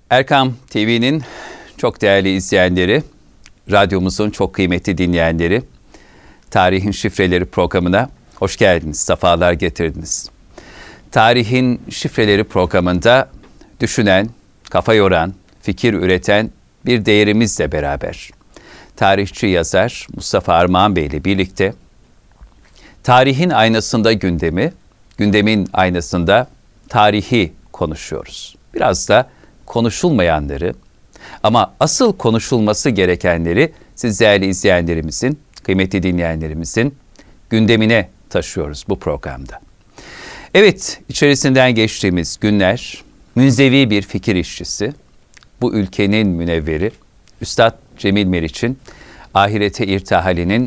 Erkam TV'nin çok değerli izleyenleri, radyomuzun çok kıymetli dinleyenleri, Tarihin Şifreleri programına hoş geldiniz, sefalar getirdiniz. Tarihin Şifreleri programında düşünen, kafa yoran, fikir üreten bir değerimizle beraber tarihçi yazar Mustafa Armağan Bey ile birlikte tarihin aynasında gündemi, gündemin aynasında tarihi konuşuyoruz. Biraz da konuşulmayanları ama asıl konuşulması gerekenleri siz değerli izleyenlerimizin, kıymetli dinleyenlerimizin gündemine taşıyoruz bu programda. Evet, içerisinden geçtiğimiz günler münzevi bir fikir işçisi, bu ülkenin münevveri Üstad Cemil Meriç'in ahirete irtihalinin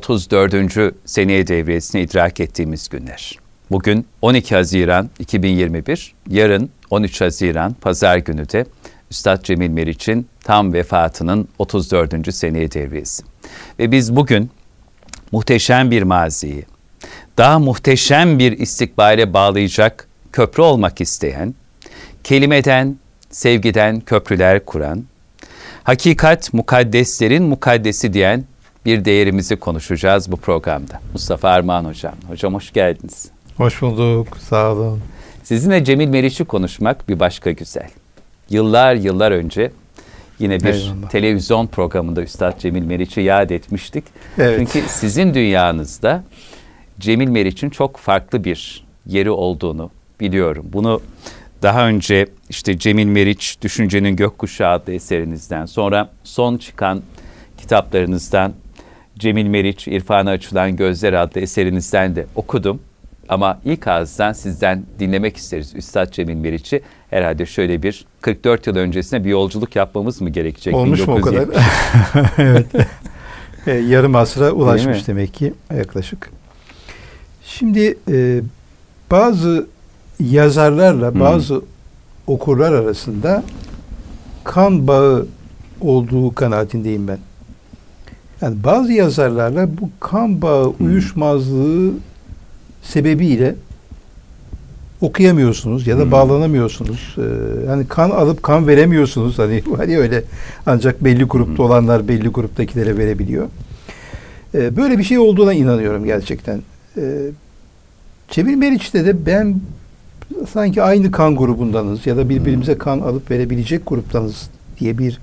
34. seneye devresini idrak ettiğimiz günler. Bugün 12 Haziran 2021, yarın 13 Haziran Pazar günü de Üstad Cemil Meriç'in tam vefatının 34. seneye devresi. Ve biz bugün muhteşem bir maziyi, daha muhteşem bir istikbale bağlayacak köprü olmak isteyen, kelimeden, sevgiden köprüler kuran, hakikat mukaddeslerin mukaddesi diyen bir değerimizi konuşacağız bu programda. Mustafa Armağan Hocam. Hocam hoş geldiniz. Hoş bulduk, sağ olun. Sizinle Cemil Meriç'i konuşmak bir başka güzel. Yıllar önce yine bir televizyon programında Üstad Cemil Meriç'i yad etmiştik. Evet. Çünkü sizin dünyanızda Cemil Meriç'in çok farklı bir yeri olduğunu biliyorum. Bunu daha önce işte Cemil Meriç, Düşüncenin Gökkuşağı adlı eserinizden, sonra son çıkan kitaplarınızdan Cemil Meriç, İrfana Açılan Gözler adlı eserinizden de okudum. Ama ilk ağızdan sizden dinlemek isteriz Üstad Cemil Meriç'i. Herhalde şöyle bir 44 yıl öncesine bir yolculuk yapmamız mı gerekecek? Olmuş mu o kadar? Evet. Yarım asra ulaşmış demek ki yaklaşık. Şimdi bazı yazarlarla bazı okurlar arasında kan bağı olduğu kanaatindeyim ben. Yani bazı yazarlarla bu kan bağı uyuşmazlığı sebebiyle okuyamıyorsunuz ya da bağlanamıyorsunuz. Yani kan alıp kan veremiyorsunuz. Hani öyle ancak belli grupta olanlar belli gruptakilere verebiliyor. Böyle bir şey olduğuna inanıyorum gerçekten. Cemil Meriç'te de ben sanki aynı kan grubundanız ya da birbirimize kan alıp verebilecek gruptanız diye bir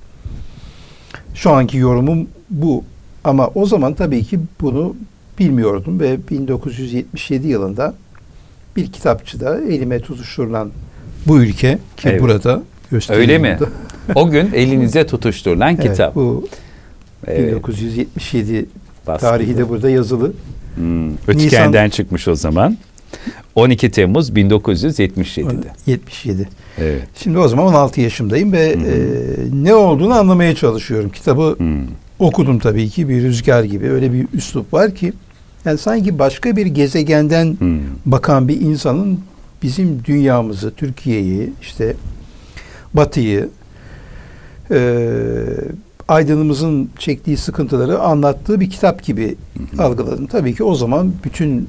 şu anki yorumum bu. Ama o zaman tabii ki bunu bilmiyordum ve 1977 yılında bir kitapçıda elime tutuşturulan bu ülke ki evet. Burada gösteriyor. Öyle mi? O gün elinize tutuşturulan kitap. Evet, bu 1977 tarihi de burada yazılı. Ötken'den çıkmış o zaman. 12 Temmuz 1977'de. 77. Evet. Şimdi o zaman 16 yaşımdayım ve ne olduğunu anlamaya çalışıyorum. Kitabı okudum tabii ki bir rüzgar gibi. Öyle bir üslup var ki yani sanki başka bir gezegenden bakan bir insanın bizim dünyamızı, Türkiye'yi, işte Batı'yı, aydınımızın çektiği sıkıntıları anlattığı bir kitap gibi algıladım. Tabii ki o zaman bütün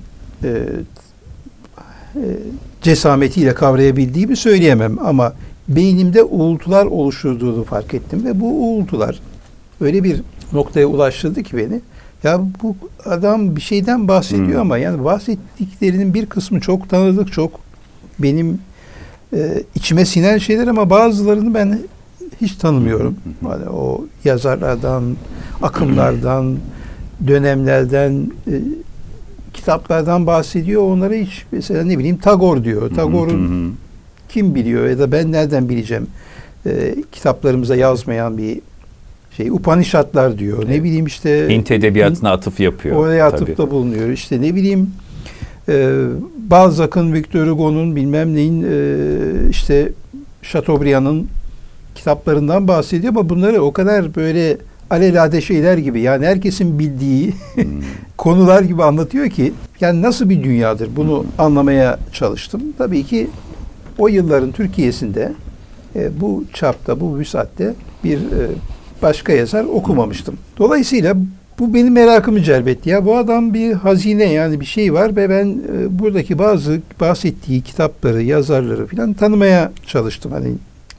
cesametiyle kavrayabildiğimi söyleyemem ama beynimde uğultular oluşturduğunu fark ettim ve bu uğultular öyle bir noktaya ulaştırdı ki beni. Ya bu adam bir şeyden bahsediyor ama yani bahsettiklerinin bir kısmı çok tanıdık, çok benim içime sinen şeyler ama bazılarını ben hiç tanımıyorum. Yani o yazarlardan, akımlardan, dönemlerden, kitaplardan bahsediyor. Onlara hiç mesela ne bileyim Tagore diyor. Tagore'un kim biliyor ya da ben nereden bileceğim? Kitaplarımıza yazmayan bir şey Upanishadlar diyor. Evet. Ne bileyim işte Hint edebiyatına atıf yapıyor. Oraya atıfta bulunuyor. İşte ne bileyim Balzac'ın, Victor Hugo'nun bilmem neyin işte Chateaubriand'ın kitaplarından bahsediyor ama bunları o kadar böyle alelade şeyler gibi yani herkesin bildiği konular gibi anlatıyor ki yani nasıl bir dünyadır bunu anlamaya çalıştım. Tabii ki o yılların Türkiye'sinde bu çapta, bu vüsatte bir başka yazar okumamıştım. Dolayısıyla bu benim merakımı celbetti. Ya bu adam bir hazine yani bir şey var ve ben buradaki bazı bahsettiği kitapları, yazarları falan tanımaya çalıştım. Hani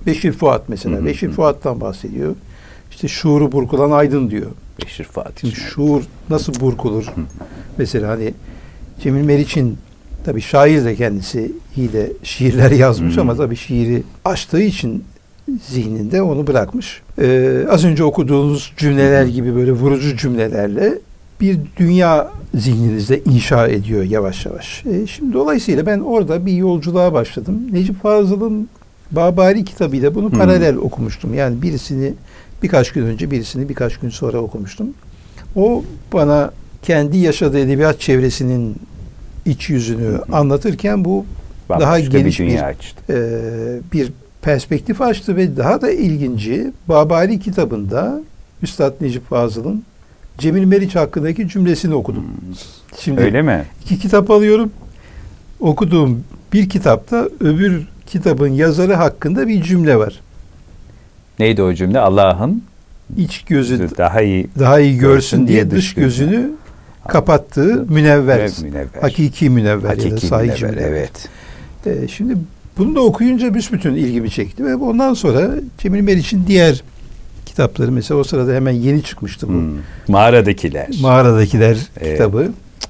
Beşir Fuat mesela. Beşir Fuat'tan bahsediyor. İşte şuuru burkulan aydın diyor. Beşir Fuat. Şuur nasıl burkulur? Mesela hani Cemil Meriç'in tabii şair de kendisi iyi de şiirler yazmış ama tabii şiiri açtığı için zihninde onu bırakmış. Az önce okuduğunuz cümleler gibi böyle vurucu cümlelerle bir dünya zihninizde inşa ediyor yavaş yavaş. Şimdi dolayısıyla ben orada bir yolculuğa başladım. Necip Fazıl'ın Babari kitabıyla bunu paralel okumuştum. Yani birisini birkaç gün önce, birisini birkaç gün sonra okumuştum. O bana kendi yaşadığı edebiyat çevresinin iç yüzünü anlatırken bu Bambaşka daha geniş bir dünya açtı. Bir perspektif açtı ve daha da ilginci Babari kitabında Üstad Necip Fazıl'ın Cemil Meriç hakkındaki cümlesini okudum. Şimdi öyle mi? 2 kitap alıyorum. Okuduğum bir kitapta öbür kitabın yazarı hakkında bir cümle var. Neydi o cümle? Allah'ın İç gözü daha iyi görsün diye dış gözünü kapattığı münevver. Hakiki münevver ya da sahici münevver. Evet. Şimdi bunu da okuyunca büsbütün ilgimi çekti ve ondan sonra Cemil Meriç'in diğer kitapları mesela o sırada hemen yeni çıkmıştı bu. Mağaradakiler kitabı.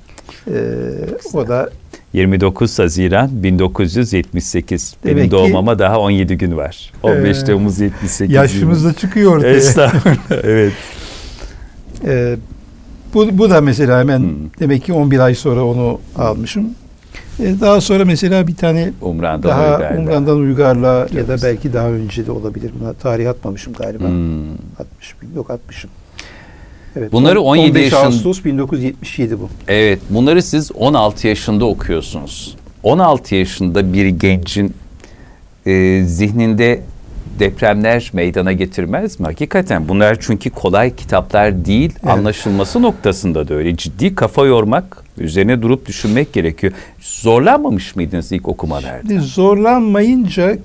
O da 29 Haziran 1978. Demek benim doğmama daha 17 gün var. 15 Temmuz 78. Yaşımız da çıkıyor ortaya. Estağfurullah. Evet. Bu da mesela hemen demek ki 11 ay sonra onu almışım. Daha sonra mesela bir tane Umran'dan Uygar'la ya da belki daha önce de olabilir. Buna tarih atmamışım galiba. 60'ım. Evet, bunları 17 15 Ağustos 1977 bu. Evet, bunları siz 16 yaşında okuyorsunuz. 16 yaşında bir gencin zihninde depremler meydana getirmez mi? Hakikaten bunlar çünkü kolay kitaplar değil, evet. Anlaşılması noktasında da öyle. Ciddi kafa yormak, üzerine durup düşünmek gerekiyor. Zorlanmamış mıydınız ilk okumalarda? Şimdi zorlanmayınca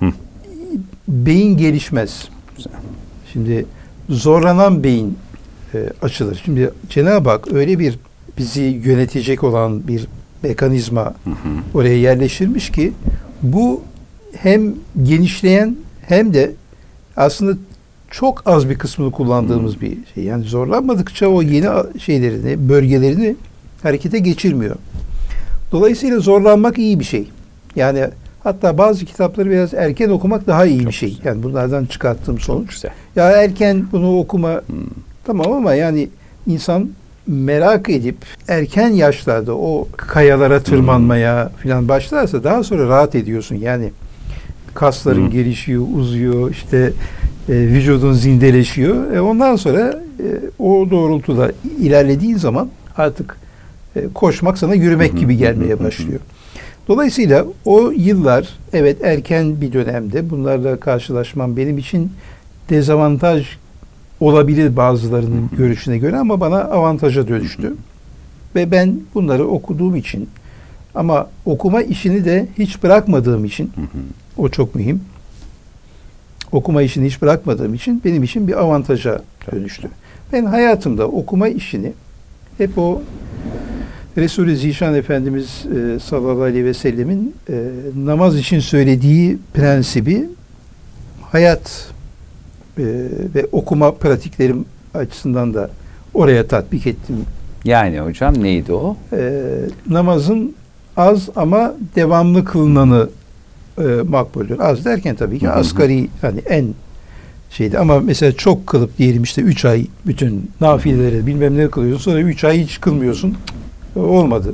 beyin gelişmez. Güzel. Şimdi zorlanan beyin açılır. Şimdi Cenab-ı Hak öyle bir bizi yönetecek olan bir mekanizma oraya yerleştirmiş ki bu hem genişleyen hem de aslında çok az bir kısmını kullandığımız bir şey. Yani zorlanmadıkça o yeni şeylerini, bölgelerini harekete geçirmiyor. Dolayısıyla zorlanmak iyi bir şey. Yani hatta bazı kitapları biraz erken okumak daha iyi bir şey. Güzel. Yani bunlardan çıkarttığım sonuç. Güzel. Ya erken bunu okuma tamam ama yani insan merak edip erken yaşlarda o kayalara tırmanmaya falan başlarsa daha sonra rahat ediyorsun. Yani kasların gelişiyor, uzuyor, işte vücudun zindeleşiyor. Ondan sonra o doğrultuda ilerlediğin zaman artık koşmak sana yürümek gibi gelmeye başlıyor. Dolayısıyla o yıllar evet erken bir dönemde bunlarla karşılaşmam benim için dezavantaj olabilir bazılarının görüşüne göre ama bana avantaja dönüştü. Ve ben bunları okuduğum için ama okuma işini de hiç bırakmadığım için o çok mühim. Okuma işini hiç bırakmadığım için benim için bir avantaja dönüştü. Ben hayatımda okuma işini hep o Resul-i Zişan Efendimiz sallallahu aleyhi ve sellemin namaz için söylediği prensibi hayat ve okuma pratiklerim açısından da oraya tatbik ettim. Yani hocam neydi o? Namazın az ama devamlı kılınanı makbuldür. Az derken tabii ki asgari yani en şeydi ama mesela çok kılıp diyelim işte 3 ay bütün nafileleri bilmem ne kılıyorsun sonra 3 ay hiç kılmıyorsun. Olmadı.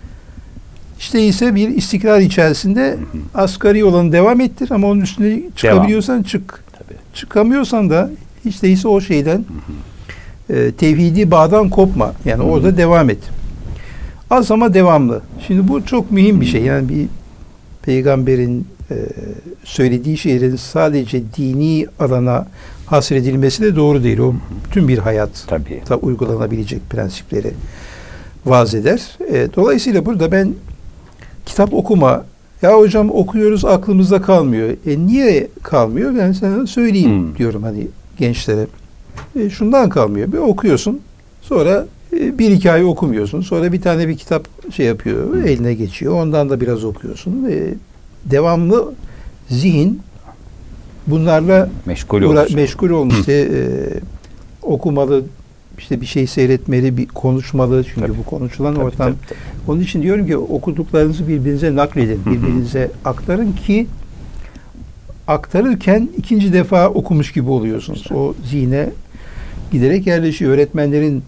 İşte ise bir istikrar içerisinde asgari olanı devam ettir ama onun üstüne çıkabiliyorsan çık. Tabii. Çıkamıyorsan da hiç değilse o şeyden tevhidi bağdan kopma. Yani orada devam et. Az ama devamlı. Şimdi bu çok mühim bir şey. Yani bir peygamberin söylediği şeylerin sadece dini alana hasredilmesi de doğru değil. O bütün bir hayatta uygulanabilecek prensipleri vaz eder. Dolayısıyla burada ben kitap okuma, ya hocam okuyoruz aklımızda kalmıyor. Niye kalmıyor? Ben sana söyleyeyim diyorum hani gençlere. Şundan kalmıyor. Bir okuyorsun. Sonra bir iki ay okumuyorsun. Sonra bir tane bir kitap şey yapıyor. Eline geçiyor. Ondan da biraz okuyorsun. Devamlı zihin bunlarla meşgul meşgul olmuş. İşte, okumalı, işte bir şey seyretmeli, bir konuşmalı. Çünkü bu konuşulan ortam. Tabii. Onun için diyorum ki okuduklarınızı birbirinize nakledin. Birbirinize aktarın ki aktarırken ikinci defa okumuş gibi oluyorsunuz. O zihne giderek yerleşiyor. Öğretmenlerin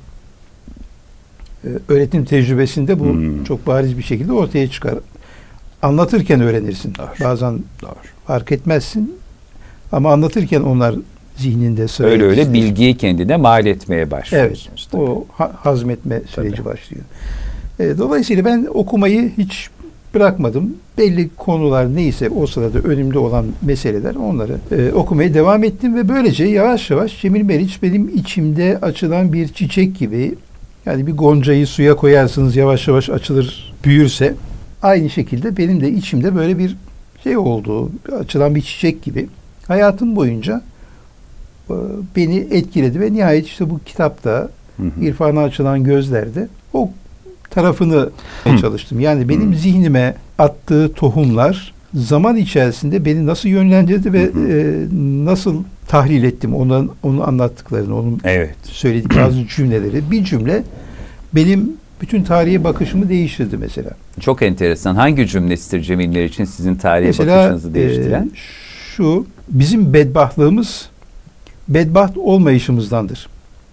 öğretim tecrübesinde bu çok bariz bir şekilde ortaya çıkar. Anlatırken öğrenirsin. Doğru. Bazen fark etmezsin. Ama anlatırken onlar zihninde sıraya öyle bilgiyi kendine mal etmeye başlıyorsunuz. Evet. O hazmetme süreci başlıyor. Dolayısıyla ben okumayı hiç bırakmadım. Belli konular neyse o sırada önümde olan meseleler, onları okumaya devam ettim ve böylece yavaş yavaş Cemil Meriç benim içimde açılan bir çiçek gibi, yani bir goncayı suya koyarsınız yavaş yavaş açılır, büyürse aynı şekilde benim de içimde böyle bir şey oldu, açılan bir çiçek gibi hayatım boyunca beni etkiledi ve nihayet işte bu kitapta İrfana Açılan Gözler'de o tarafını çalıştım. Yani benim zihnime attığı tohumlar zaman içerisinde beni nasıl yönlendirdi ve nasıl tahlil ettim onun anlattıklarını, onun söylediği bazı cümleleri. Bir cümle benim bütün tarihe bakışımı değiştirdi mesela. Çok enteresan. Hangi cümlesidir Cemil Meriç'in sizin tarihe bakışınızı değiştiren? Şu, bizim bedbahtlığımız bedbaht olmayışımızdandır.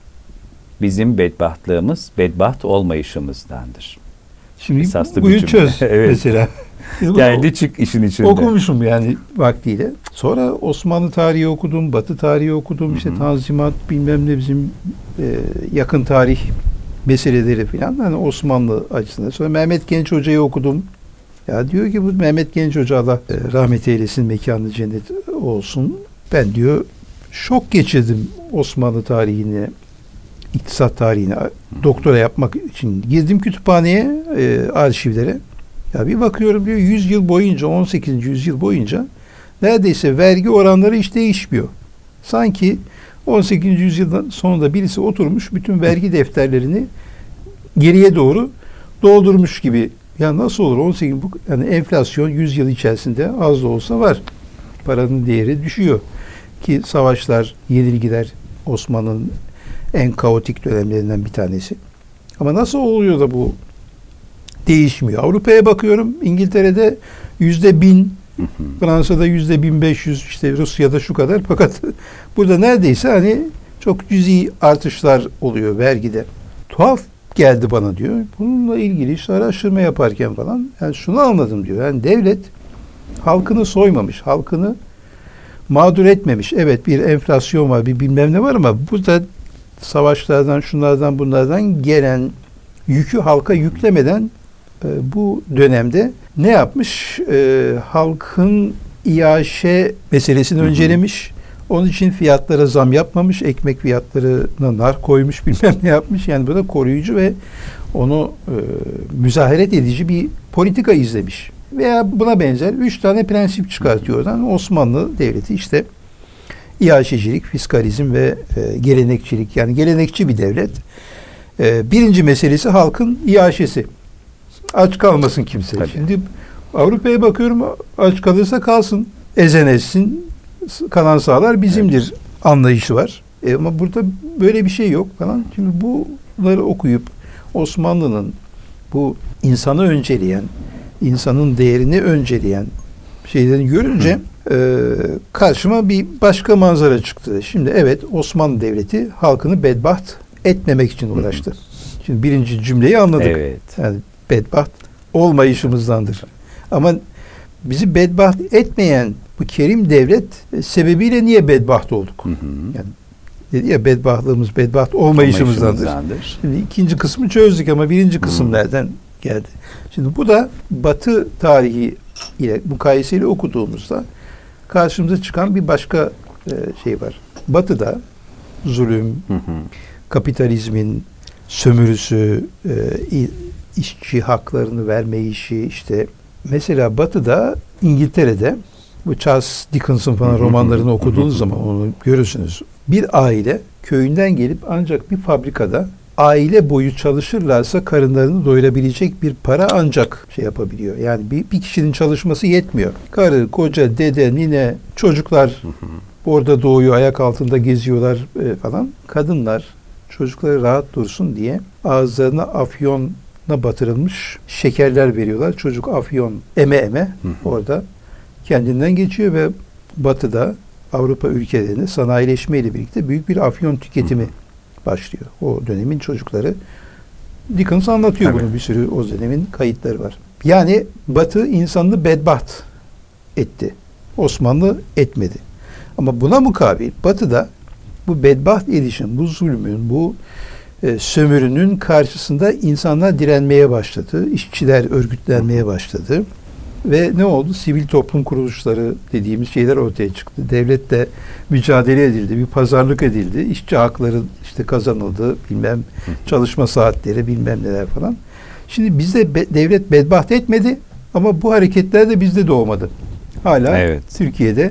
Bizim bedbahtlığımız bedbaht olmayışımızdandır. Şimdi buyu çöz mesela. Geldi çık işin içinde. Okumuşum yani vaktiyle. Sonra Osmanlı tarihi okudum, Batı tarihi okudum. İşte Tanzimat, bilmem ne, bizim yakın tarih meseleleri falan. Hani Osmanlı açısından. Sonra Mehmet Genç Hoca'yı okudum. Ya diyor ki bu Mehmet Genç Hoca, Allah rahmet eylesin, mekanı cennet olsun. Ben diyor şok geçirdim Osmanlı tarihine, iktisat tarihine doktora yapmak için. Girdim kütüphaneye, arşivlere. Ya bir bakıyorum diyor 100 yıl boyunca, 18. yüzyıl boyunca neredeyse vergi oranları hiç değişmiyor. Sanki 18. yüzyıldan sonunda birisi oturmuş bütün vergi defterlerini geriye doğru doldurmuş gibi. Ya nasıl olur 18, yani enflasyon 100 yıl içerisinde az da olsa var. Paranın değeri düşüyor. Ki savaşlar, yenilgiler Osmanlı'nın en kaotik dönemlerinden bir tanesi. Ama nasıl oluyor da bu değişmiyor? Avrupa'ya bakıyorum. İngiltere'de %1000, Fransa'da %1500, işte Rusya'da şu kadar. Fakat burada neredeyse hani çok cüzi artışlar oluyor vergide. Tuhaf geldi bana diyor. Bununla ilgili işte araştırma yaparken falan yani şunu anladım diyor. Yani devlet halkını soymamış, halkını mağdur etmemiş. Evet, bir enflasyon var, bir bilmem ne var ama burada savaşlardan, şunlardan, bunlardan gelen yükü halka yüklemeden bu dönemde ne yapmış? Halkın iaşe meselesini öncelemiş. Onun için fiyatlara zam yapmamış. Ekmek fiyatlarına nar koymuş, bilmem ne yapmış. Yani burada koruyucu ve onu müzaheret edici bir politika izlemiş. Veya buna benzer 3 tane prensip çıkartıyor oradan. Osmanlı Devleti işte iaşecilik, fiskalizm ve gelenekçilik. Yani gelenekçi bir devlet. Birinci meselesi halkın iaşesi. Aç kalmasın kimse. Tabii. Şimdi Avrupa'ya bakıyorum, aç kalırsa kalsın. Ezen etsin, kalan sağlar bizimdir anlayışı var. Ama burada böyle bir şey yok falan. Şimdi bunları okuyup Osmanlı'nın bu insanı önceleyen, insanın değerini önceleyen şeyleri görünce karşıma bir başka manzara çıktı. Şimdi evet, Osmanlı Devleti halkını bedbaht etmemek için uğraştı. Şimdi birinci cümleyi anladık. Evet. Yani bedbaht olmayışımızdandır. Ama bizi bedbaht etmeyen bu kerim devlet sebebiyle niye bedbaht olduk? Yani dedi ya, bedbahtlığımız bedbaht olmayışımızdandır. Şimdi ikinci kısmı çözdük ama birinci kısım nereden geldi? Şimdi bu da Batı tarihi ile mukayeseli okuduğumuzda karşımıza çıkan bir başka şey var. Batı'da zulüm, kapitalizmin sömürüsü, işçi haklarını vermeyişi, işte mesela Batı'da, İngiltere'de bu Charles Dickens'ın falan romanlarını okuduğunuz zaman onu görürsünüz. Bir aile köyünden gelip ancak bir fabrikada aile boyu çalışırlarsa karınlarını doyurabilecek bir para ancak şey yapabiliyor. Yani bir kişinin çalışması yetmiyor. Karı, koca, dede, nine, çocuklar orada doğuyor, ayak altında geziyorlar falan. Kadınlar çocukları rahat dursun diye ağızlarına afyona batırılmış şekerler veriyorlar. Çocuk afyon eme eme orada kendinden geçiyor ve Batı'da Avrupa ülkelerinde sanayileşme ile birlikte büyük bir afyon tüketimi başlıyor. O dönemin çocukları. Dickens anlatıyor bunu, bir sürü o dönemin kayıtları var. Yani Batı insanını bedbaht etti. Osmanlı etmedi. Ama buna mukabil Batı'da bu bedbaht edişin, bu zulmün, bu sömürünün karşısında insanlar direnmeye başladı. İşçiler örgütlenmeye başladı. Ve ne oldu? Sivil toplum kuruluşları dediğimiz şeyler ortaya çıktı. Devletle mücadele edildi, bir pazarlık edildi. İşçi hakları işte kazanıldı, bilmem çalışma saatleri, bilmem neler falan. Şimdi bizde devlet bedbaht etmedi ama bu hareketler de bizde doğmadı. Hala Türkiye'de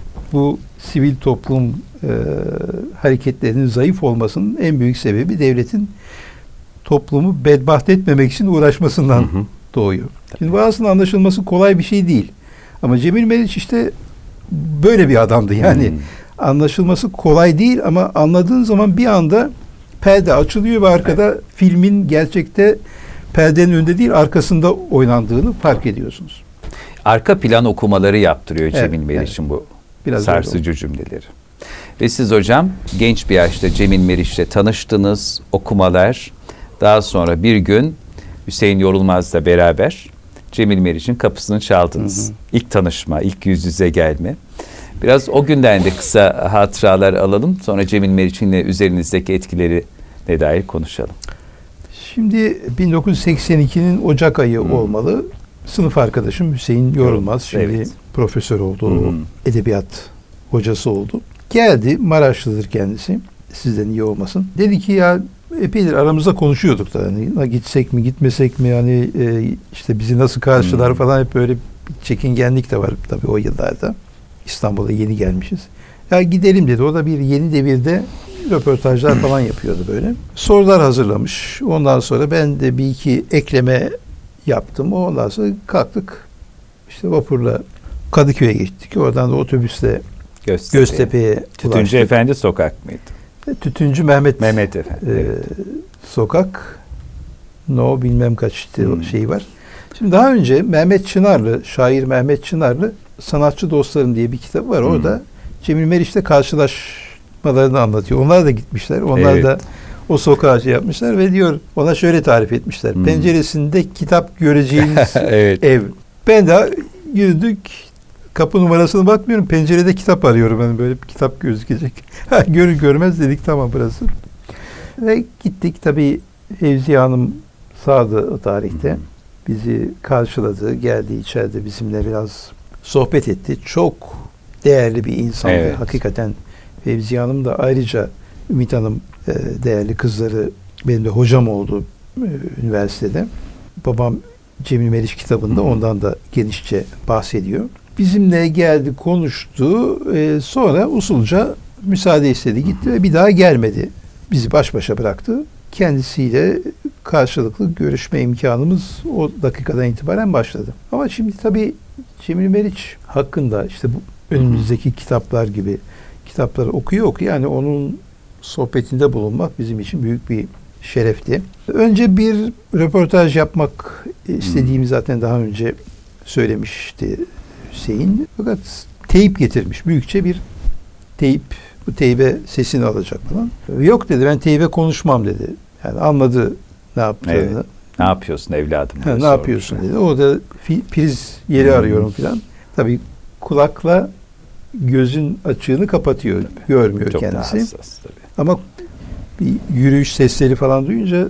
bu sivil toplum hareketlerinin zayıf olmasının en büyük sebebi devletin toplumu bedbaht etmemek için uğraşmasından doğuyor. Şimdi bu aslında anlaşılması kolay bir şey değil. Ama Cemil Meriç işte böyle bir adamdı. Yani anlaşılması kolay değil ama anladığın zaman bir anda perde açılıyor ve arkada filmin gerçekte perdenin önünde değil arkasında oynandığını fark ediyorsunuz. Arka plan okumaları yaptırıyor Cemil Meriç'in bu biraz sarsıcı cümleleri. Ve siz hocam genç bir yaşta Cemil Meriç'le tanıştınız, okumalar. Daha sonra bir gün Hüseyin Yorulmaz'la beraber Cemil Meriç'in kapısını çaldınız. İlk tanışma, ilk yüz yüze gelme. Biraz o günden de kısa hatıralar alalım. Sonra Cemil Meriç'in üzerinizdeki etkileri ne dair konuşalım. Şimdi 1982'nin Ocak ayı olmalı. Sınıf arkadaşım Hüseyin Yorulmaz. Şimdi profesör oldu. Edebiyat hocası oldu. Geldi, Maraşlıdır kendisi. Sizden iyi olmasın. Dedi ki ya epeydir aramızda konuşuyorduk da hani gitsek mi gitmesek mi hani işte bizi nasıl karşılar falan, hep böyle bir çekingenlik de var tabii o yıllarda. İstanbul'a yeni gelmişiz. Ya gidelim dedi. O da bir Yeni Devir'de röportajlar falan yapıyordu böyle. Sorular hazırlamış. Ondan sonra ben de bir iki ekleme yaptım. Ondan sonra kalktık. İşte vapurla Kadıköy'e geçtik. Oradan da otobüsle Göztepe'ye Tütüncü ulaştık. Efendi Sokak mıydı? Tütüncü Mehmet Efendi. Sokak no bilmem kaç şey var. Şimdi daha önce Mehmet Çınarlı, şair Mehmet Çınarlı Sanatçı Dostlarım diye bir kitap var. Orada Cemil Meriç'le karşılaşmalarını anlatıyor. Onlar da gitmişler. Onlar da o sokağa şey yapmışlar ve diyor ona şöyle tarif etmişler. Penceresinde kitap göreceğiniz ev. Ben de yürüdük. Kapı numarasına bakmıyorum. Pencerede kitap arıyorum. Yani böyle bir kitap gözükecek. Görür görmez dedik tamam burası. Ve gittik. Tabii Fevziye Hanım sağdı o tarihte. Bizi karşıladı. Geldi içeride bizimle biraz sohbet etti. Çok değerli bir insandı. Hakikaten Fevziye Hanım da ayrıca Ümit Hanım değerli kızları benim de hocam oldu üniversitede. Babam Cemil Meriç kitabında ondan da genişçe bahsediyor. Bizimle geldi, konuştu. Sonra usulca müsaade istedi, gitti ve bir daha gelmedi. Bizi baş başa bıraktı. Kendisiyle karşılıklı görüşme imkanımız o dakikadan itibaren başladı. Ama şimdi tabii Cemil Meriç hakkında işte bu önümüzdeki kitaplar gibi kitapları okuyor yani onun sohbetinde bulunmak bizim için büyük bir şerefti. Önce bir röportaj yapmak istediğimi zaten daha önce söylemişti Hüseyin. Fakat teyip getirmiş. Büyükçe bir teyip. Bu teybe sesini alacak falan. Yok dedi, ben teybe konuşmam dedi. Yani anladı ne yaptığını. Evet. Ne yapıyorsun evladım? Ne yapıyorsun dedi. O da priz yeri arıyorum falan. Tabii kulakla gözün açığını kapatıyor. Görmüyor çok kendisi. Çok hassas tabii. Ama bir yürüyüş sesleri falan duyunca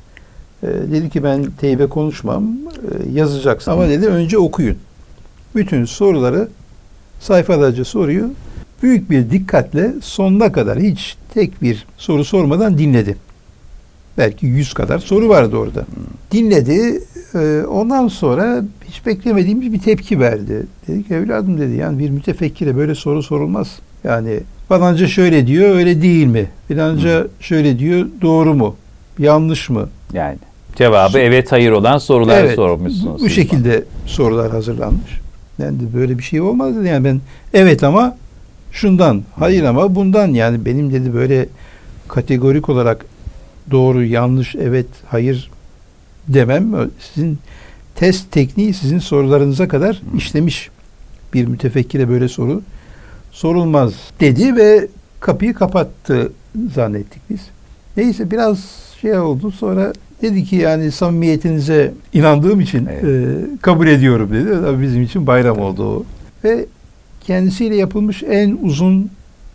dedi ki ben teybe konuşmam. Yazacaksın. Ama dedi önce okuyun. Bütün soruları sayfalarca soruyu büyük bir dikkatle sonuna kadar hiç tek bir soru sormadan dinledi. Belki 100 kadar soru vardı orada. Dinledi. Ondan sonra hiç beklemediğimiz bir tepki verdi. Dedi ki evladım dedi yani bir mütefekkire böyle soru sorulmaz. Yani falanca şöyle diyor öyle değil mi? Filanca şöyle diyor doğru mu? yanlış mı? Yani cevabı evet hayır olan sorular Evet, sormuşsunuz. bu şekilde sorular hazırlanmış. Yani böyle bir şey olmaz dedi. Yani ben evet ama şundan, hayır ama bundan, yani benim dedi böyle kategorik olarak doğru, yanlış, evet, hayır demem. Sizin test tekniği sizin sorularınıza kadar işlemiş. Bir mütefekkire böyle soru sorulmaz dedi ve kapıyı kapattı zannettik biz. Neyse biraz şey oldu, sonra dedi ki yani samimiyetinize inandığım için kabul ediyorum dedi. Tabii bizim için bayram oldu o. Ve kendisiyle yapılmış en uzun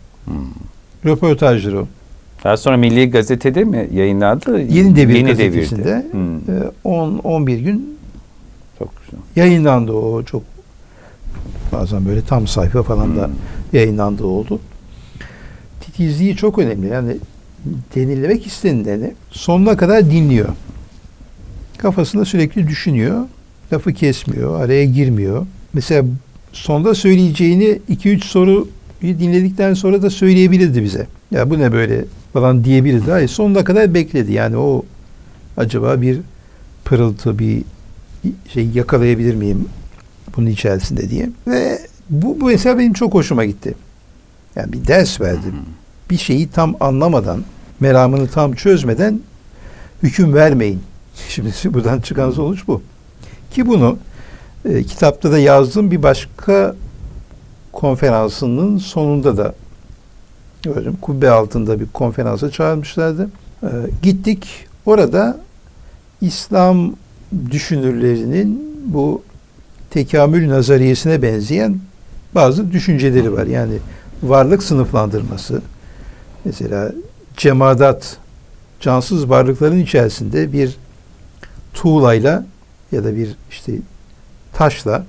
röportajdır o. Daha sonra Milli Gazete'de mi yayınlandı? Yeni Devir gazetesinde 10-11 gün çok güzel. Yayınlandı o. Çok bazen böyle tam sayfa falan da yayınlandığı oldu. Titizliği çok önemli. Yani denilmek istenileni sonuna kadar dinliyor. Kafasında sürekli düşünüyor. Lafı kesmiyor. Araya girmiyor. Mesela sonda söyleyeceğini 2-3 soruyu dinledikten sonra da söyleyebilirdi bize. Ya bu ne böyle falan diyebilirdi. Hayır, sonuna kadar bekledi. Yani o acaba bir pırıltı, bir şey yakalayabilir miyim bunun içerisinde diye. Ve bu mesela benim çok hoşuma gitti. Yani bir ders verdi. Bir şeyi tam anlamadan, meramını tam çözmeden hüküm vermeyin. Şimdi buradan çıkan sonuç bu. Ki bunu kitapta da yazdığım bir başka konferansının sonunda da gördüm. Kubbe altında bir konferansa çağırmışlardı. Gittik. Orada İslam düşünürlerinin bu tekamül nazariyesine benzeyen bazı düşünceleri var. Yani varlık sınıflandırması, mesela cemadat, cansız varlıkların içerisinde bir tuğlayla ya da bir işte taşla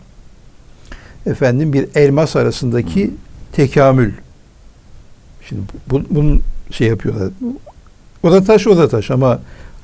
bir elmas arasındaki tekamül. Şimdi bunun şey yapıyorlar. O da taş, o da taş ama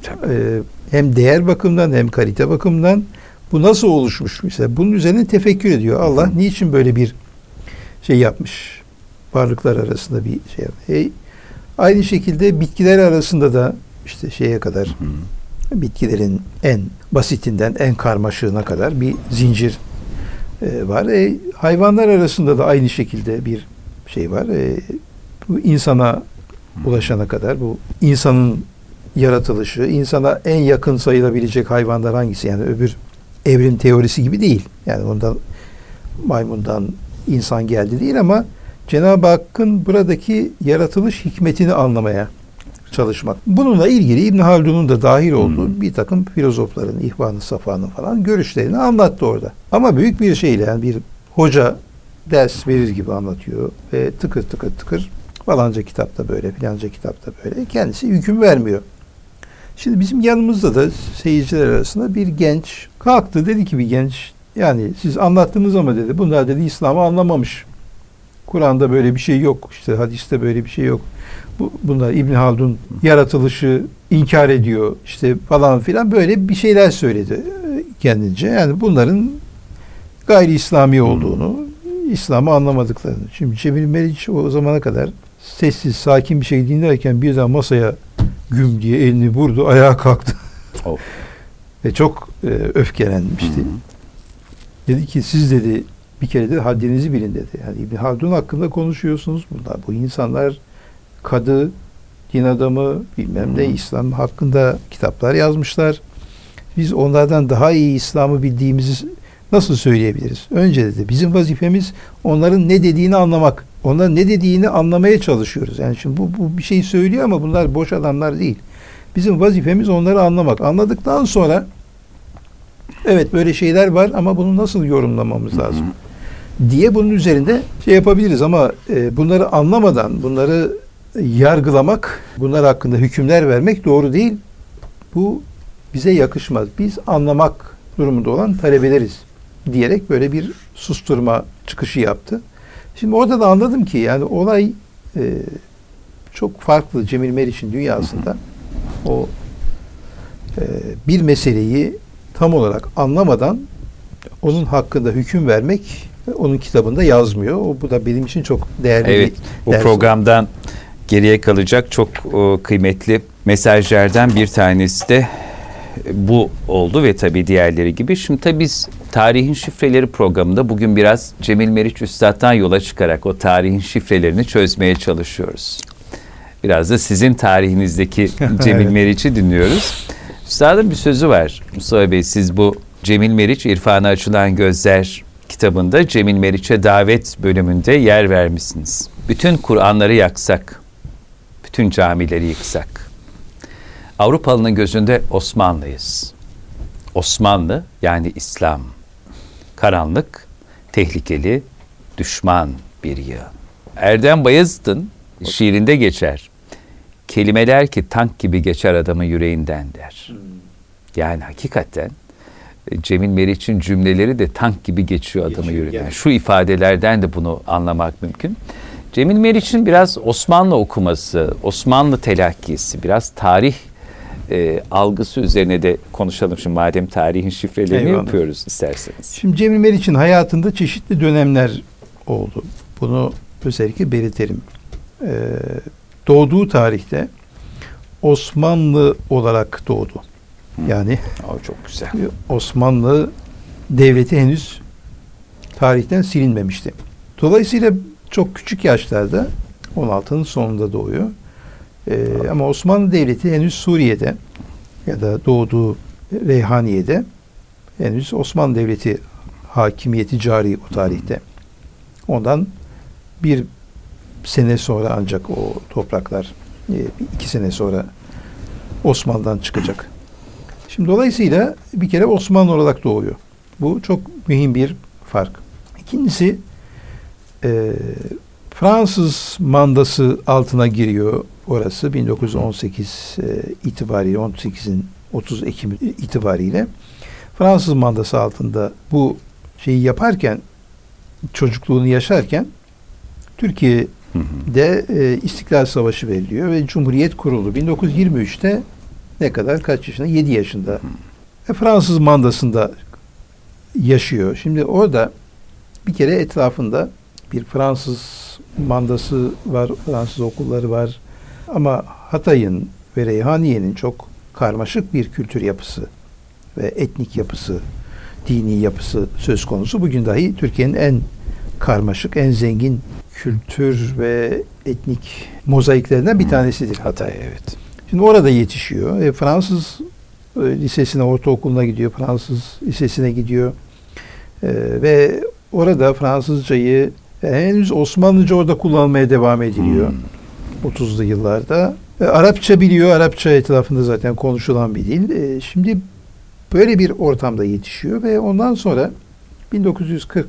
hem değer bakımından hem kalite bakımından bu nasıl oluşmuş mesela? Bunun üzerine tefekkür ediyor. Allah niçin böyle bir şey yapmış? Varlıklar arasında bir şey. Aynı şekilde bitkiler arasında da işte şeye kadar bitkilerin en basitinden en karmaşığına kadar bir zincir var. Hayvanlar arasında da aynı şekilde bir şey var. Bu insana ulaşana kadar bu insanın yaratılışı, insana en yakın sayılabilecek hayvanlar hangisi? Yani öbür evrim teorisi gibi değil. Yani ondan maymundan insan geldi değil ama Cenab-ı Hakk'ın buradaki yaratılış hikmetini anlamaya çalışmak. Bununla ilgili İbn Haldun'un da dahil olduğu bir takım filozofların, İhvan-ı Safa'nın falan görüşlerini anlattı orada. Ama büyük bir şeyle, yani bir hoca ders verir gibi anlatıyor ve tıkır tıkır tıkır falanca kitapta böyle, filanca kitapta böyle, kendisi hüküm vermiyor. Şimdi bizim yanımızda da seyirciler arasında bir genç kalktı, dedi ki bir genç, yani siz anlattınız ama dedi, bunlar dedi İslam'ı anlamamış. Kur'an'da böyle bir şey yok. İşte hadiste böyle bir şey yok. Bunlar İbn Haldun yaratılışı inkar ediyor. İşte falan filan böyle bir şeyler söyledi kendince. Yani bunların gayri İslami olduğunu, İslam'ı anlamadıklarını. Şimdi Cemil Meriç o zamana kadar sessiz, sakin bir şey dinlerken birden masaya güm diye elini vurdu, ayağa kalktı. Ve çok öfkelenmişti. Dedi ki siz dedi bir kere de haddinizi bilin dedi. Yani İbn Haldun hakkında konuşuyorsunuz. Bu insanlar kadı, din adamı, bilmem ne, İslam hakkında kitaplar yazmışlar. Biz onlardan daha iyi İslam'ı bildiğimizi nasıl söyleyebiliriz? Önce dedi bizim vazifemiz onların ne dediğini anlamak. Onların ne dediğini anlamaya çalışıyoruz. Yani şimdi bu bir şey söylüyor ama bunlar boş adamlar değil. Bizim vazifemiz onları anlamak. Anladıktan sonra evet böyle şeyler var ama bunu nasıl yorumlamamız lazım diye bunun üzerinde şey yapabiliriz ama bunları anlamadan bunları yargılamak, bunlar hakkında hükümler vermek doğru değil. Bu bize yakışmaz. Biz anlamak durumunda olan talebeleriz diyerek böyle bir susturma çıkışı yaptı. Şimdi orada da anladım ki yani olay çok farklı Cemil Meriç'in dünyasında. O bir meseleyi tam olarak anlamadan onun hakkında hüküm vermek onun kitabında yazmıyor. Bu da benim için çok değerli bir ders. Bu programdan geriye kalacak çok kıymetli mesajlardan bir tanesi de bu oldu ve tabii diğerleri gibi. Şimdi tabii biz Tarihin Şifreleri programında bugün biraz Cemil Meriç Üstad'dan yola çıkarak o tarihin şifrelerini çözmeye çalışıyoruz. Biraz da sizin tarihinizdeki Cemil Meriç'i dinliyoruz. Üstadın bir sözü var. Mustafa Bey, siz bu Cemil Meriç İrfana Açılan Gözler kitabında Cemil Meriç'e davet bölümünde yer vermişsiniz. Bütün Kur'anları yaksak, bütün camileri yıksak, Avrupalı'nın gözünde Osmanlıyız. Osmanlı yani İslam, karanlık, tehlikeli, düşman bir yığın. Erdem Bayezid'in şiirinde geçer. Kelimeler ki tank gibi geçer adamın yüreğinden der. Yani hakikaten Cemil Meriç'in cümleleri de tank gibi geçiyor adamın yüreğinden. Yani. Şu ifadelerden de bunu anlamak mümkün. Cemil Meriç'in biraz Osmanlı okuması, Osmanlı telakkisi, biraz tarih algısı üzerine de konuşalım şimdi madem tarihin şifrelerini Eyvallah. yapıyoruz isterseniz. Şimdi Cemil Meriç'in hayatında çeşitli dönemler oldu. Bunu özellikle belirtelim. Doğduğu tarihte Osmanlı olarak doğdu. Yani o çok güzel. Osmanlı devleti henüz tarihten silinmemişti. Dolayısıyla çok küçük yaşlarda 16'nın sonunda doğuyor. Ama Osmanlı Devleti henüz Suriye'de ya da doğduğu Reyhaniye'de henüz Osmanlı Devleti hakimiyeti cari o tarihte. Ondan bir sene sonra ancak o topraklar 2 sene sonra Osmanlı'dan çıkacak. Şimdi dolayısıyla bir kere Osmanlı olarak doğuyor. Bu çok mühim bir fark. İkincisi Fransız mandası altına giriyor orası 1918 itibariyle 30 Ekim itibariyle Fransız mandası altında bu şeyi yaparken çocukluğunu yaşarken Türkiye'de İstiklal Savaşı veriliyor ve Cumhuriyet kuruldu. 1923'te ne kadar? Kaç yaşında? 7 yaşında. Fransız mandasında yaşıyor. Şimdi orada bir kere etrafında bir Fransız mandası var, Fransız okulları var. Ama Hatay'ın ve Reyhaniye'nin çok karmaşık bir kültür yapısı ve etnik yapısı, dini yapısı söz konusu. Bugün dahi Türkiye'nin en karmaşık, en zengin kültür ve etnik mozaiklerinden bir tanesidir Hatay. Evet. Şimdi orada yetişiyor. Fransız lisesine, ortaokuluna gidiyor. Fransız lisesine gidiyor. Ve orada Fransızcayı henüz Osmanlıca orada kullanmaya devam ediliyor. 30'lu yıllarda. Arapça biliyor. Arapça etrafında zaten konuşulan bir dil. Şimdi böyle bir ortamda yetişiyor ve ondan sonra 1940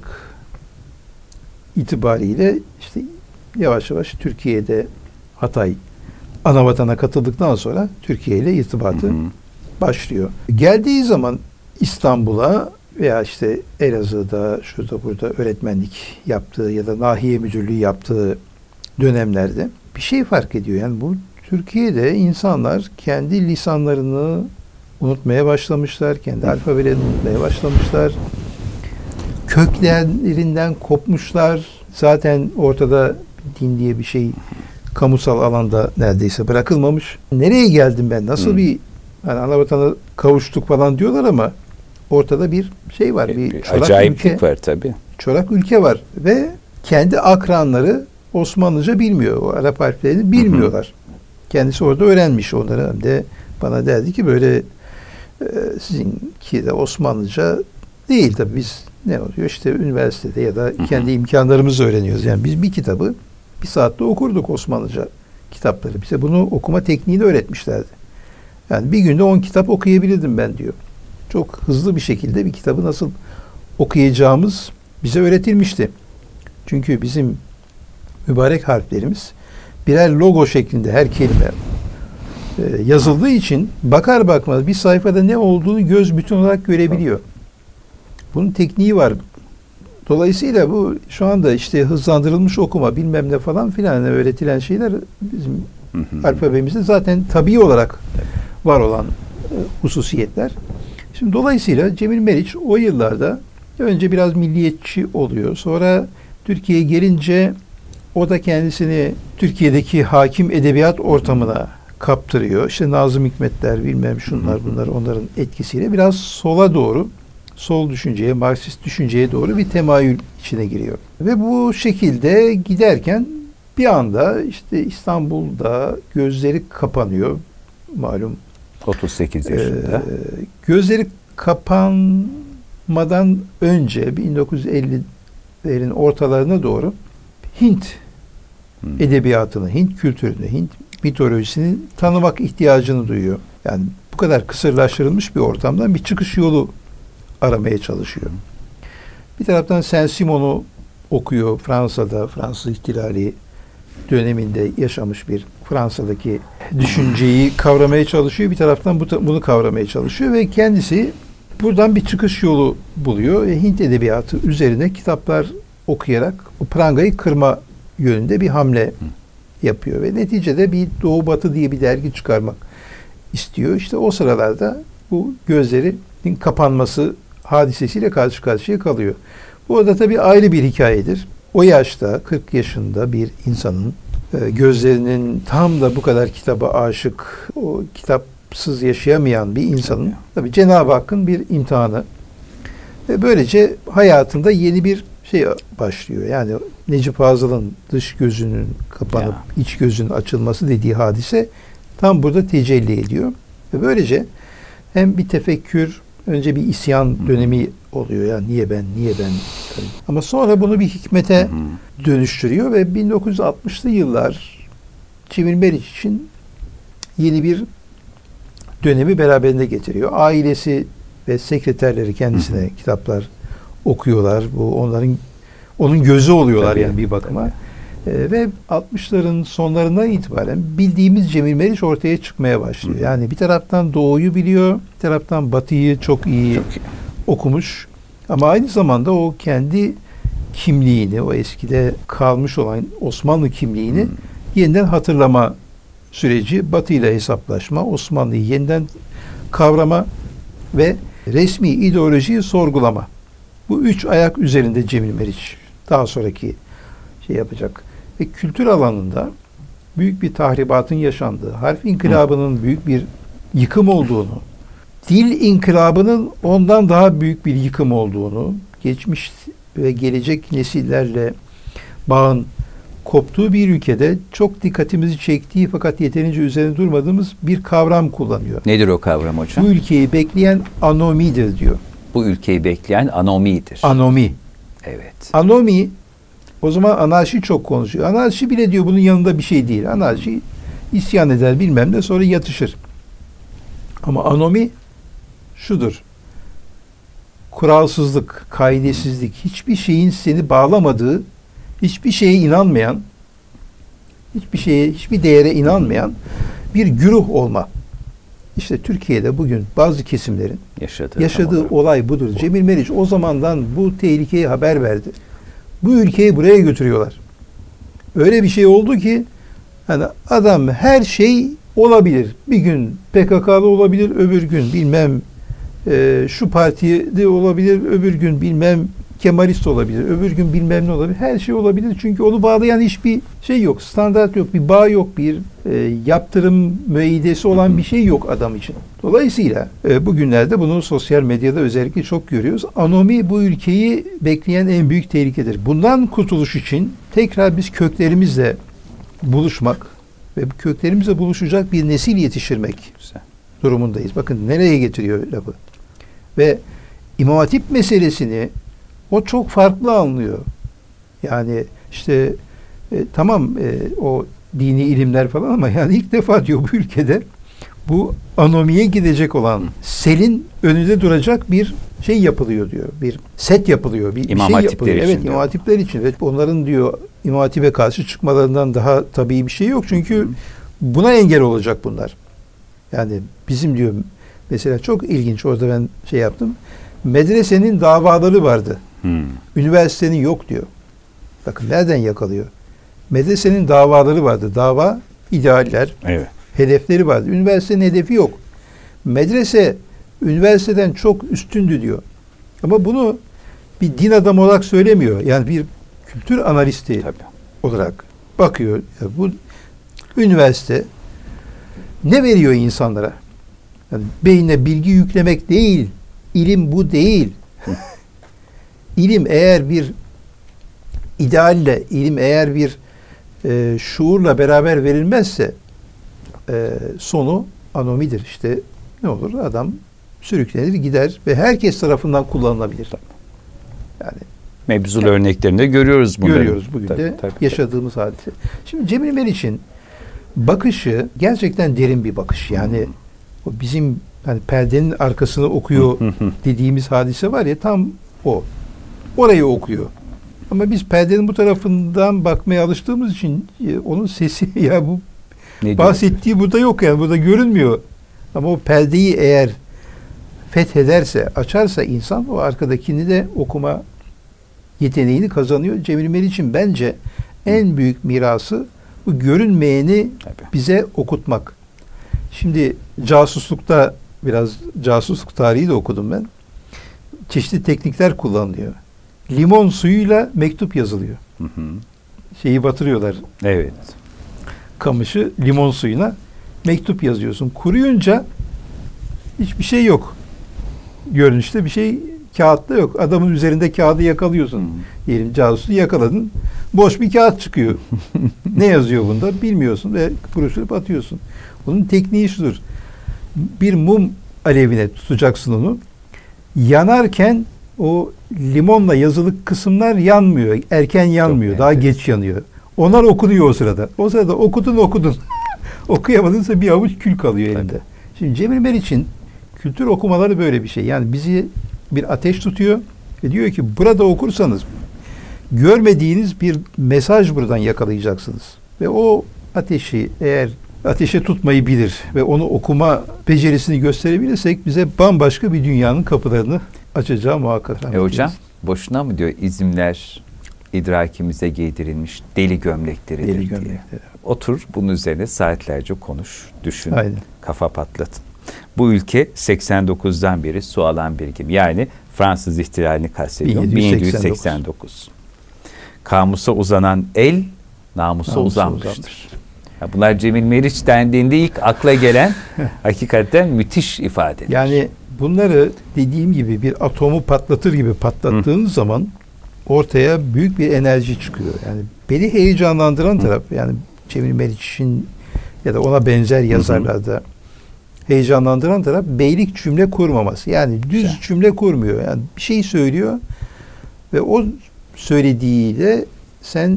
itibariyle işte yavaş yavaş Türkiye'de Hatay anavatana katıldıktan sonra Türkiye ile irtibatı başlıyor. Geldiği zaman İstanbul'a veya işte Elazığ'da, şurada burada öğretmenlik yaptığı ya da nahiye müdürlüğü yaptığı dönemlerde bir şey fark ediyor. Yani bu Türkiye'de insanlar kendi lisanlarını unutmaya başlamışlar, kendi alfabelerini unutmaya başlamışlar. Köklerinden kopmuşlar. Zaten ortada din diye bir şey kamusal alanda neredeyse bırakılmamış. Nereye geldim ben? Nasıl bir hani anavatana kavuştuk falan diyorlar ama ortada bir şey var. Bir çorak acayiplik ülke var tabii. Çorak ülke var ve kendi akranları Osmanlıca bilmiyor. O Arap harflerini bilmiyorlar. Kendisi orada öğrenmiş onları. Hem de bana derdi ki böyle sizinki de Osmanlıca değil tabii. Biz ne oluyor? İşte üniversitede ya da kendi imkanlarımızla öğreniyoruz. Yani biz bir kitabı bir saatte okurduk Osmanlıca kitapları. Bize bunu okuma tekniğini öğretmişlerdi. Yani bir günde 10 kitap okuyabilirdim ben diyor. Çok hızlı bir şekilde bir kitabı nasıl okuyacağımız bize öğretilmişti. Çünkü bizim mübarek harflerimiz birer logo şeklinde her kelime yazıldığı için bakar bakmaz bir sayfada ne olduğunu göz bütün olarak görebiliyor. Bunun tekniği var. Dolayısıyla bu şu anda işte hızlandırılmış okuma bilmem ne falan filan öğretilen şeyler bizim alfabemizde zaten tabii olarak var olan hususiyetler. Şimdi dolayısıyla Cemil Meriç o yıllarda önce biraz milliyetçi oluyor. Sonra Türkiye'ye gelince o da kendisini Türkiye'deki hakim edebiyat ortamına kaptırıyor. İşte Nazım Hikmetler, bilmem şunlar bunlar, onların etkisiyle biraz sola doğru, sol düşünceye, Marksist düşünceye doğru bir temayül içine giriyor. Ve bu şekilde giderken bir anda işte İstanbul'da gözleri kapanıyor. Malum 38 yaşında. Gözleri kapanmadan önce 1950'lerin ortalarına doğru Hint edebiyatını, Hint kültürünü, Hint mitolojisini tanımak ihtiyacını duyuyor. Yani bu kadar kısırlaştırılmış bir ortamdan bir çıkış yolu aramaya çalışıyor. Bir taraftan Saint-Simon'u okuyor. Fransa'da, Fransız İhtilali döneminde yaşamış bir Fransa'daki düşünceyi kavramaya çalışıyor. Bir taraftan bunu kavramaya çalışıyor ve kendisi buradan bir çıkış yolu buluyor. Hint edebiyatı üzerine kitaplar okuyarak o prangayı kırma yönünde bir hamle yapıyor ve neticede bir Doğu Batı diye bir dergi çıkarmak istiyor. İşte o sıralarda bu gözlerinin kapanması hadisesiyle karşı karşıya kalıyor. Bu arada tabii ayrı bir hikayedir. O yaşta 40 yaşında bir insanın gözlerinin tam da bu kadar kitaba aşık, o kitapsız yaşayamayan bir insanın tabii Cenab-ı Hakk'ın bir imtihanı ve böylece hayatında yeni bir şey başlıyor. Yani Necip Fazıl'ın dış gözünün kapanıp iç gözünün açılması dediği hadise tam burada tecelli ediyor. Ve böylece hem bir tefekkür, önce bir isyan dönemi oluyor. Yani niye ben? Ama sonra bunu bir hikmete dönüştürüyor ve 1960'lı yıllar Cemil Meriç için yeni bir dönemi beraberinde getiriyor. Ailesi ve sekreterleri kendisine kitaplar okuyorlar. Bu onun gözü oluyorlar yani bir bakıma. Ve 60'ların sonlarından itibaren bildiğimiz Cemil Meriç ortaya çıkmaya başlıyor. Yani bir taraftan Doğu'yu biliyor, bir taraftan Batı'yı çok iyi okumuş. Ama aynı zamanda o kendi kimliğini, o eskide kalmış olan Osmanlı kimliğini yeniden hatırlama süreci, Batı ile hesaplaşma, Osmanlı'yı yeniden kavrama ve resmi ideolojiyi sorgulama. Bu üç ayak üzerinde Cemil Meriç daha sonraki şey yapacak. Ve kültür alanında büyük bir tahribatın yaşandığı, harf inkılabının büyük bir yıkım olduğunu, dil inkılabının ondan daha büyük bir yıkım olduğunu, geçmiş ve gelecek nesillerle bağın koptuğu bir ülkede çok dikkatimizi çektiği fakat yeterince üzerine durmadığımız bir kavram kullanıyor. Nedir o kavram hocam? Bu ülkeyi bekleyen anomidir diyor. Bu ülkeyi bekleyen anomidir. Anomi. Evet. Anomi, o zaman anarşi çok konuşuyor. Anarşi bile diyor bunun yanında bir şey değil. Anarşi isyan eder bilmem ne sonra yatışır. Ama anomi şudur. Kuralsızlık, kaidesizlik, hiçbir şeyin seni bağlamadığı, hiçbir şeye inanmayan, hiçbir değere inanmayan bir güruh olma. İşte Türkiye'de bugün bazı kesimlerin yaşadığı olay budur. Cemil Meriç o zamandan bu tehlikeyi haber verdi. Bu ülkeyi buraya götürüyorlar. Öyle bir şey oldu ki hani adam her şey olabilir. Bir gün PKK'lı olabilir, öbür gün bilmem şu partide olabilir, öbür gün bilmem Kemalist olabilir, öbür gün bilmem ne olabilir. Her şey olabilir. Çünkü onu bağlayan hiçbir şey yok. Standart yok, bir bağ yok, bir yaptırım müeyyidesi olan bir şey yok adam için. Dolayısıyla bugünlerde bunu sosyal medyada özellikle çok görüyoruz. Anomi bu ülkeyi bekleyen en büyük tehlikedir. Bundan kurtuluş için tekrar biz köklerimizle buluşmak ve bu köklerimizle buluşacak bir nesil yetiştirmek durumundayız. Bakın nereye getiriyor lafı. Ve İmam Hatip meselesini o çok farklı anlıyor. Yani işte tamam o dini ilimler falan ama yani ilk defa diyor bu ülkede bu anomiye gidecek olan selin önünde duracak bir şey yapılıyor diyor. Bir set yapılıyor. Bir İmam şey Hatipler yapılıyor. için. Evet, İmam Hatipler için. Ve onların diyor İmam Hatip'e karşı çıkmalarından daha tabii bir şey yok. Çünkü buna engel olacak bunlar. Yani bizim diyor mesela çok ilginç, orada ben şey yaptım. Medresenin davaları vardı. Üniversitenin yok diyor. Bakın nereden yakalıyor. Medresenin davaları vardı. Dava, idealler, hedefleri vardı. Üniversitenin hedefi yok. Medrese üniversiteden çok üstündü diyor. Ama bunu bir din adamı olarak söylemiyor. Yani bir kültür analisti olarak bakıyor. Yani bu üniversite ne veriyor insanlara? Yani beynine bilgi yüklemek değil. İlim bu değil. İlim eğer bir idealle, ilim eğer bir şuurla beraber verilmezse sonu anomidir. İşte ne olur? Adam sürüklenir gider ve herkes tarafından kullanılabilir. Yani mevzul örneklerinde görüyoruz bunları. Görüyoruz bugün de yaşadığımız hadise. Şimdi Cemil Meriç'in bakışı gerçekten derin bir bakış. Yani o bizim hani perdenin arkasını okuyor dediğimiz hadise var ya, tam o. Orayı okuyor. Ama biz perdenin bu tarafından bakmaya alıştığımız için onun sesi ya bu ne bahsettiği burada yok, yani burada görünmüyor. Ama o perdeyi eğer fethederse, açarsa insan, o arkadakini de okuma yeteneğini kazanıyor. Cemil Meriç'in bence en büyük mirası bu görünmeyeni bize okutmak. Şimdi casuslukta biraz casusluk tarihi de okudum ben. Çeşitli teknikler kullanılıyor. Limon suyuyla mektup yazılıyor. Şeyi batırıyorlar. Evet. Kamışı limon suyuna mektup yazıyorsun. Kuruyunca hiçbir şey yok. Görünüşte bir şey kağıtta yok. Adamın üzerinde kağıdı yakalıyorsun. Diyelim casusu yakaladın. Boş bir kağıt çıkıyor. Ne yazıyor bunda bilmiyorsun ve buruşturup atıyorsun. Bunun tekniği şudur. Bir mum alevine tutacaksın onu. Yanarken o limonla yazılı kısımlar yanmıyor. Erken yanmıyor. Daha geç yanıyor. Onlar okunuyor o sırada. O sırada okudun. Okuyamadınsa bir avuç kül kalıyor elinde. Şimdi Cemil Meriç'in kültür okumaları böyle bir şey. Yani bizi bir ateş tutuyor ve diyor ki burada okursanız görmediğiniz bir mesaj buradan yakalayacaksınız. Ve o ateşi eğer ateşe tutmayı bilir ve onu okuma becerisini gösterebilirsek bize bambaşka bir dünyanın kapılarını açacağı muhakkak. Hocam boşuna mı diyor izimler idrakimize giydirilmiş deli gömlekleridir deli diye. Gömlekleri. Otur bunun üzerine saatlerce konuş, düşün, aynen, kafa patlatın. Bu ülke 89'dan beri su alan bir gibi. Yani Fransız ihtilalini kastediyorum. 1789. Kamusa uzanan el namusa uzanmıştır. Ya bunlar Cemil Meriç dendiğinde ilk akla gelen hakikaten müthiş ifade. Yani bunları dediğim gibi bir atomu patlatır gibi patlattığınız zaman ortaya büyük bir enerji çıkıyor. Yani beni heyecanlandıran taraf, yani Cemil Meriç'in ya da ona benzer yazarlarda heyecanlandıran taraf beylik cümle kurmaması. Yani düz cümle kurmuyor. Yani bir şey söylüyor ve o söylediğiyle sen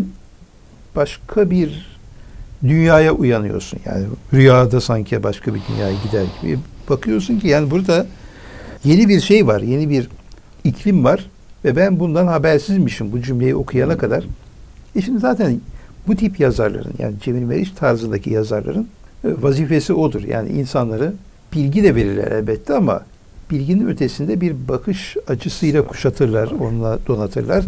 başka bir dünyaya uyanıyorsun. Yani rüyada sanki başka bir dünyaya gider gibi bakıyorsun ki yani burada yeni bir şey var, yeni bir iklim var ve ben bundan habersizmişim bu cümleyi okuyana kadar. Şimdi zaten bu tip yazarların, yani Cemil Meriç tarzındaki yazarların vazifesi odur. Yani insanları bilgi de verirler elbette ama bilginin ötesinde bir bakış açısıyla kuşatırlar, onunla donatırlar.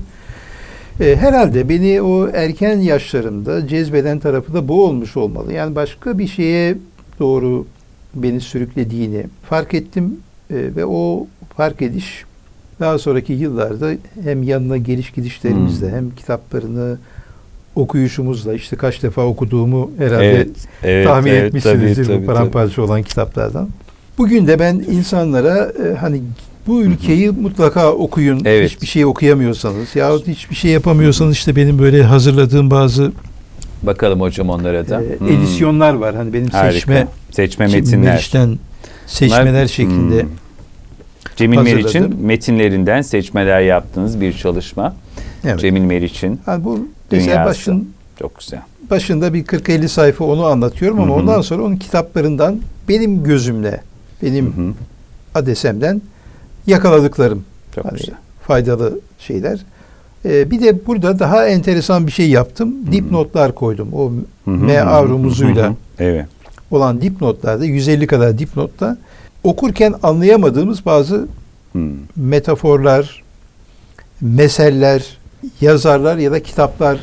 Herhalde beni o erken yaşlarımda cezbeden tarafı da bu olmuş olmalı. Yani başka bir şeye doğru beni sürüklediğini fark ettim ve o fark ediş daha sonraki yıllarda hem yanına geliş gidişlerimizde hem kitaplarını okuyuşumuzla, işte kaç defa okuduğumu herhalde tahmin etmişsinizdir bu paramparça olan kitaplardan. Bugün de ben insanlara hani bu ülkeyi mutlaka okuyun. Evet. Hiçbir şey okuyamıyorsanız yahut hiçbir şey yapamıyorsanız işte benim böyle hazırladığım bazı bakalım hocam onlara da. Edisyonlar var. Hani benim seçme metinler. Meriç'ten seçmeler şeklinde. Cemil Meriç'in metinlerinden seçmeler yaptığınız bir çalışma. Evet. Cemil Meriç'in yani bu dünyası. Çok güzel. Başında bir 40-50 sayfa onu anlatıyorum ama ondan sonra onun kitaplarından benim gözümle, benim adesemden yakaladıklarım. Çok güzel. Faydalı şeyler. Bir de burada daha enteresan bir şey yaptım. Dipnotlar koydum. O M.A. rumuzuyla olan dipnotlarda 150 kadar dipnotta okurken anlayamadığımız bazı metaforlar, meseller, yazarlar ya da kitaplar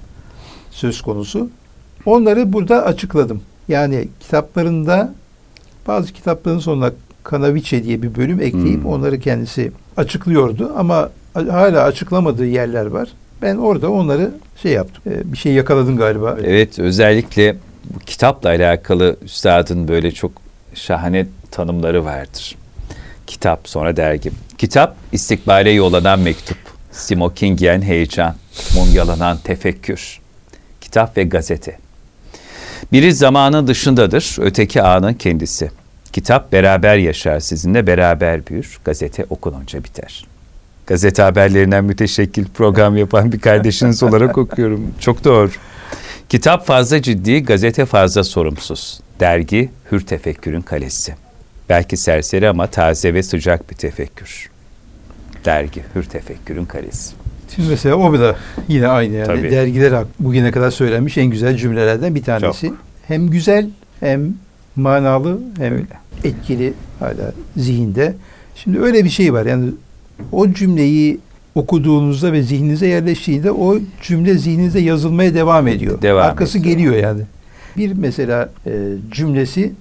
söz konusu. Onları burada açıkladım. Yani kitaplarında bazı kitapların sonuna Kanaviçe diye bir bölüm ekleyip onları kendisi açıklıyordu ama hala açıklamadığı yerler var. Ben orada onları yaptım. Bir şey yakaladın galiba. Evet, özellikle bu kitapla alakalı üstadın böyle çok şahane tanımları vardır. Kitap, sonra dergi. Kitap, istikbale yollanan mektup. Smoking giyen heyecan, mumyalanan tefekkür. Kitap ve gazete. Biri zamanın dışındadır, öteki anın kendisi. Kitap beraber yaşar sizinle, beraber büyür. Gazete okununca biter. Gazete haberlerinden müteşekkil program yapan bir kardeşiniz olarak okuyorum. Çok doğru. Kitap fazla ciddi, gazete fazla sorumsuz. Dergi, hür tefekkürün kalesi. Belki serseri ama taze ve sıcak bir tefekkür. Dergi, hür tefekkürün kalesi. Şimdi mesela o da yine aynı yani. Tabii. Dergiler bugüne kadar söylenmiş en güzel cümlelerden bir tanesi. Çok. Hem güzel, hem manalı, hem Öyle. etkili hala zihinde. Şimdi öyle bir şey var. Yani o cümleyi okuduğunuzda ve zihninize yerleştiğinde o cümle zihninizde yazılmaya devam ediyor. Arkası geliyor yani. Bir mesela cümlesi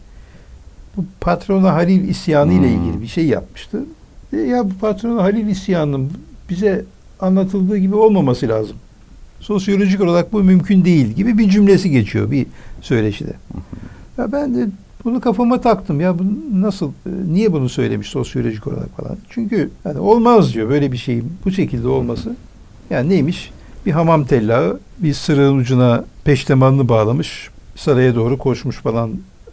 bu patrona Halil isyanı ile ilgili bir şey yapmıştı. Ya bu patrona Halil isyanının bize anlatıldığı gibi olmaması lazım. Sosyolojik olarak bu mümkün değil gibi bir cümlesi geçiyor bir söyleşide. Ya ben de bunu kafama taktım. Ya bu nasıl, niye bunu söylemiş sosyolojik olarak falan. Çünkü yani olmaz diyor böyle bir şeyin bu şekilde olması. Yani neymiş? Bir hamam tellağı bir sırığın ucuna peştemalını bağlamış, saraya doğru koşmuş falan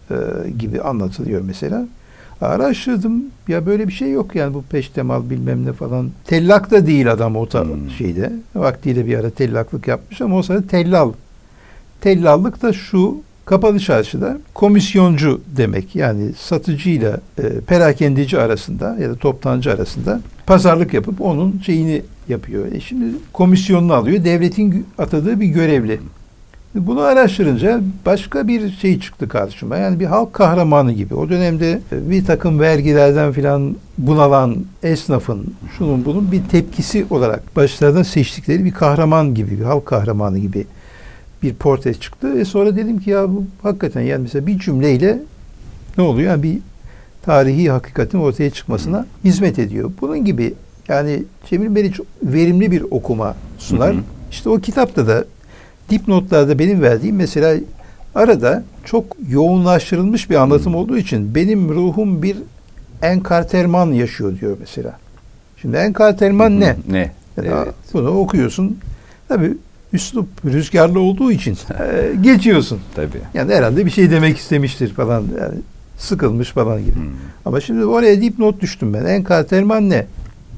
gibi anlatılıyor mesela. Araştırdım. Ya böyle bir şey yok yani, bu peştemal bilmem ne falan. Tellak da değil adam o şeyde. Vaktiyle bir ara tellaklık yapmış ama o sırada tellal. Tellallık da şu, kapalı çarşıda komisyoncu demek. Yani satıcıyla perakendeci arasında ya da toptancı arasında pazarlık yapıp onun şeyini yapıyor. Şimdi komisyonunu alıyor. Devletin atadığı bir görevli. Bunu araştırınca başka bir şey çıktı karşıma. Yani bir halk kahramanı gibi. O dönemde bir takım vergilerden filan bunalan esnafın, şunun bunun bir tepkisi olarak başlarından seçtikleri bir kahraman gibi, bir halk kahramanı gibi bir portre çıktı. Sonra dedim ki ya bu hakikaten yani mesela bir cümleyle ne oluyor? Yani bir tarihi hakikatin ortaya çıkmasına hizmet ediyor. Bunun gibi yani Cemil Meriç verimli bir okuma sunar. İşte o kitapta da dipnotlarda benim verdiğim mesela arada çok yoğunlaştırılmış bir anlatım olduğu için benim ruhum bir enkarterman yaşıyor diyor mesela. Şimdi enkarterman ne? Ne? Evet. Bunu okuyorsun. Tabii üslup rüzgarlı olduğu için geçiyorsun. Tabii. Yani herhalde bir şey demek istemiştir falan. Yani sıkılmış falan gibi. Ama şimdi oraya dipnot düştüm ben. Enkarterman ne?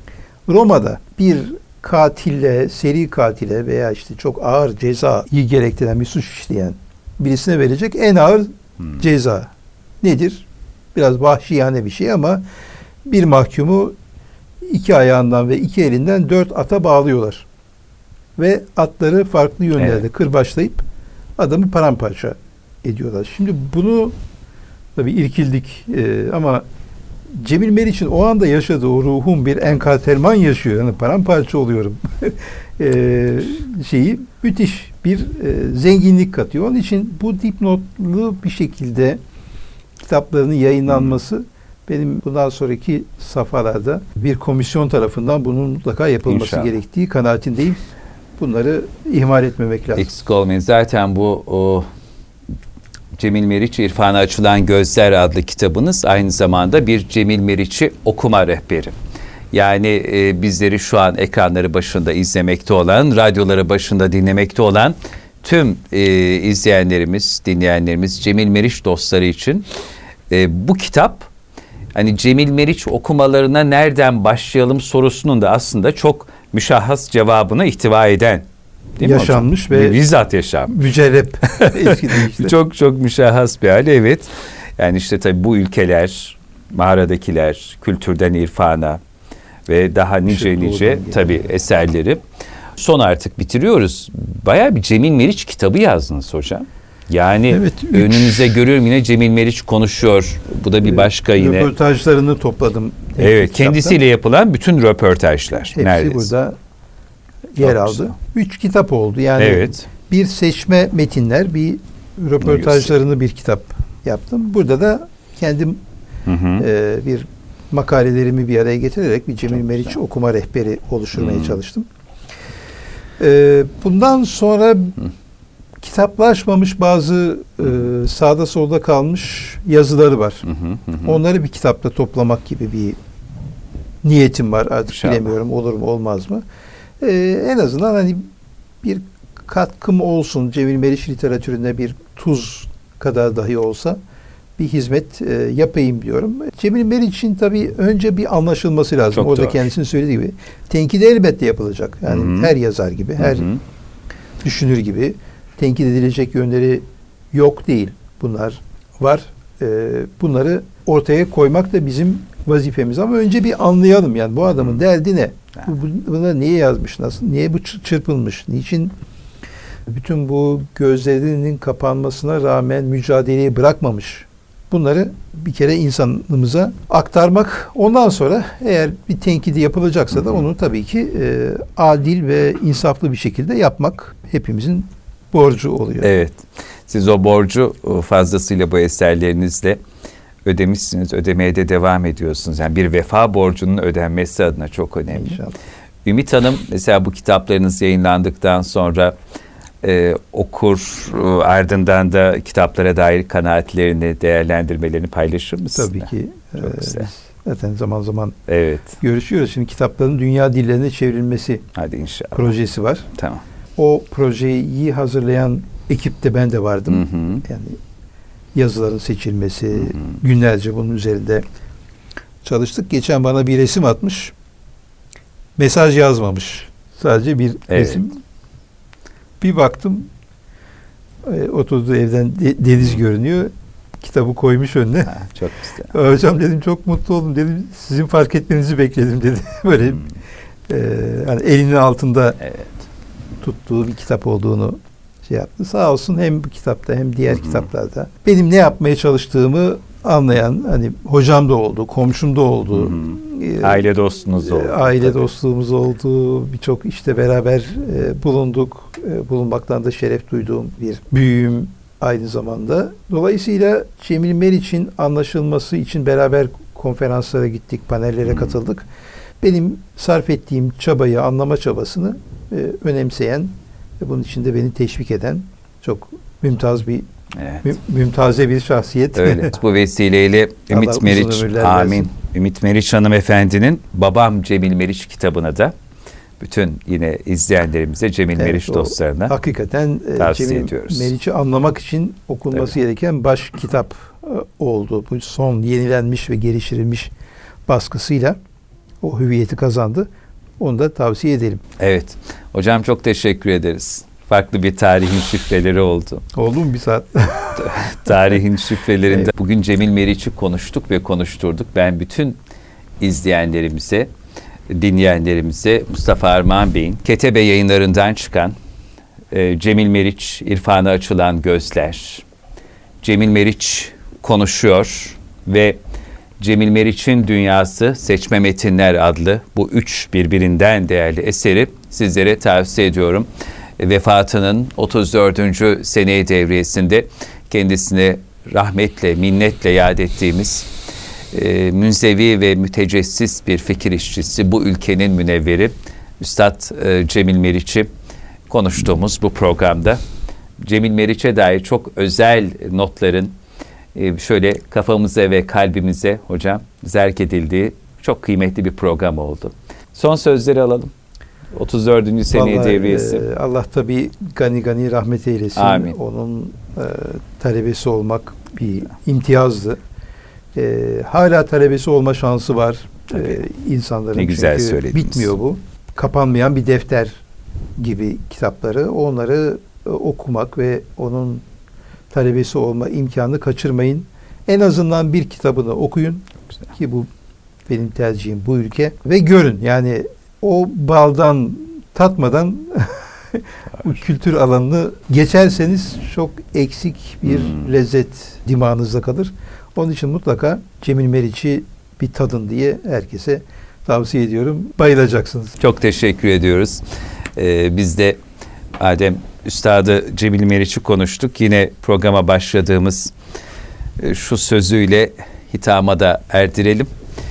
Roma'da bir katille, seri katile veya işte çok ağır cezayı gerektiren bir suç işleyen birisine verecek en ağır ceza nedir? Biraz vahşiyane bir şey ama bir mahkumu 2 ayağından ve 2 elinden 4 ata bağlıyorlar. Ve atları farklı yönlerde kırbaçlayıp adamı paramparça ediyorlar. Şimdi bunu tabii irkildik ama Cemil Meriç'in o anda yaşadığı o ruhum bir enkarterman yaşıyor. Yani paramparça oluyorum. Şeyi müthiş bir zenginlik katıyor. Onun için bu dipnotlu bir şekilde kitaplarının yayınlanması benim bundan sonraki safhalarda bir komisyon tarafından bunun mutlaka yapılması gerektiği kanaatindeyim. Bunları ihmal etmemek lazım. Eksik olmayın. Zaten bu Cemil Meriç İrfana Açılan Gözler adlı kitabınız aynı zamanda bir Cemil Meriç'i okuma rehberi. Yani bizleri şu an ekranları başında izlemekte olan, radyoları başında dinlemekte olan tüm izleyenlerimiz, dinleyenlerimiz, Cemil Meriç dostları için bu kitap hani Cemil Meriç okumalarına nereden başlayalım sorusunun da aslında çok müşahhas cevabına ihtiva eden, değil yaşanmış mi ve bizzat yaşanmış. Mücerrep. Işte. Çok müşahhas bir hali, evet. Yani işte tabii bu ülkeler, mağaradakiler, kültürden irfana ve daha nice tabii eserleri. Son artık bitiriyoruz. Bayağı bir Cemil Meriç kitabı yazdınız hocam. Yani evet, önünüze görüyorum yine Cemil Meriç konuşuyor. Bu da bir başka yine. Röportajlarını topladım. Evet, kendisiyle yapılan bütün röportajlar. Hepsi neredeyse burada yer aldı. 3 kitap oldu. Yani bir seçme metinler, bir röportajlarını bir kitap yaptım. Burada da kendim bir makalelerimi bir araya getirerek bir Cemil Meriç okuma rehberi oluşturmaya çalıştım. Bundan sonra kitaplaşmamış bazı sağda solda kalmış yazıları var. Onları bir kitapta toplamak gibi bir niyetim var. Artık İnşallah. bilemiyorum olur mu olmaz mı. En azından hani bir katkım olsun. Cemil Meriç literatüründe bir tuz kadar dahi olsa bir hizmet yapayım diyorum. Cemil Meriç'in tabii önce bir anlaşılması lazım. Çok Orada doğru. kendisinin söylediği gibi. Tenkide elbette yapılacak. Yani her yazar gibi, her düşünür gibi tenkit edilecek yönleri yok değil. Bunlar var. Bunları ortaya koymak da bizim vazifemiz. Ama önce bir anlayalım. Yani bu adamın derdi ne? Bunları niye yazmış? Nasıl? Niye bu çırpılmış? Niçin bütün bu gözlerinin kapanmasına rağmen mücadeleyi bırakmamış? Bunları bir kere insanımıza aktarmak. Ondan sonra eğer bir tenkidi yapılacaksa da onu tabii ki adil ve insaflı bir şekilde yapmak hepimizin borcu oluyor. Evet. Siz o borcu fazlasıyla bu eserlerinizle ödemişsiniz. Ödemeye de devam ediyorsunuz. Yani bir vefa borcunun ödenmesi adına çok önemli. İnşallah. Ümit Hanım mesela bu kitaplarınız yayınlandıktan sonra okur, ardından da kitaplara dair kanaatlerini, değerlendirmelerini paylaşır mısınız? Tabii ki. Çok güzel. Biz zaten zaman zaman Evet. görüşüyoruz. Şimdi kitapların dünya dillerine çevrilmesi Hadi inşallah. projesi var. Tamam. O projeyi hazırlayan ekipte ben de vardım. Yani yazıların seçilmesi, günlerce bunun üzerinde çalıştık. Geçen bana bir resim atmış. Mesaj yazmamış. Sadece bir resim. Bir baktım oturduğu evden deniz görünüyor. Kitabı koymuş önüne. Çok güzel. Hocam dedim çok mutlu oldum dedim. Sizin fark etmenizi bekledim dedi. Böyle hani elinin altında tuttuğu bir kitap olduğunu şey yaptı. Sağ olsun hem bu kitapta hem diğer kitaplarda benim ne yapmaya çalıştığımı anlayan hani hocam da oldu, komşum da oldu. Aile dostunuz oldu. Aile dostluğumuz oldu. Birçok işte beraber bulunduk. Bulunmaktan da şeref duyduğum bir büyüğüm aynı zamanda. Dolayısıyla Cemil Meriç'in anlaşılması için beraber konferanslara gittik, panellere katıldık. Benim sarf ettiğim çabayı, anlama çabasını önemseyen ve bunun için de beni teşvik eden çok mümtaz bir mümtaze bir şahsiyet. Öyle. Bu vesileyle Ümit Meriç, amin. Ümit Meriç hanımefendinin Babam Cemil Meriç kitabına da bütün yine izleyenlerimize, Cemil Meriç dostlarına hakikaten tavsiye Cemil ediyoruz. Meriç'i anlamak için okunması gereken baş kitap oldu. Bu son yenilenmiş ve geliştirilmiş baskısıyla o hüviyeti kazandı. Onu da tavsiye edelim. Evet. Hocam çok teşekkür ederiz. Farklı bir tarihin şifreleri oldu. Oldu mu bir saat? Tarihin şifrelerinde bugün Cemil Meriç'i konuştuk ve konuşturduk. Ben bütün izleyenlerimize, dinleyenlerimize Mustafa Armağan Bey'in Ketebe Yayınlarından çıkan Cemil Meriç, İrfana Açılan Gözler, Cemil Meriç konuşuyor ve Cemil Meriç'in Dünyası Seçme Metinler adlı bu 3 birbirinden değerli eseri sizlere tavsiye ediyorum. Vefatının 34. seneyi devriyesinde kendisine rahmetle, minnetle yad ettiğimiz münzevi ve mütecessis bir fikir işçisi, bu ülkenin münevveri Üstad Cemil Meriç'i konuştuğumuz bu programda Cemil Meriç'e dair çok özel notların şöyle kafamıza ve kalbimize hocam zerk edildiği çok kıymetli bir program oldu. Son sözleri alalım. 34. seneye devriyesi. Allah tabii gani gani rahmet eylesin. Amin. Onun talebesi olmak bir imtiyazdı. Hala talebesi olma şansı var. İnsanların ne güzel çünkü söylediniz. bitmiyor bu. Kapanmayan bir defter gibi kitapları. Onları okumak ve onun talebesi olma imkanını kaçırmayın. En azından bir kitabını okuyun. Güzel. Ki bu benim tercihim bu ülke. Ve görün yani o baldan tatmadan bu kültür alanını geçerseniz çok eksik bir lezzet dimağınızda kalır. Onun için mutlaka Cemil Meriç'i bir tadın diye herkese tavsiye ediyorum. Bayılacaksınız. Çok teşekkür ediyoruz. Biz de madem Üstadı Cemil Meriç'i konuştuk, yine programa başladığımız şu sözüyle hitama da erdirelim.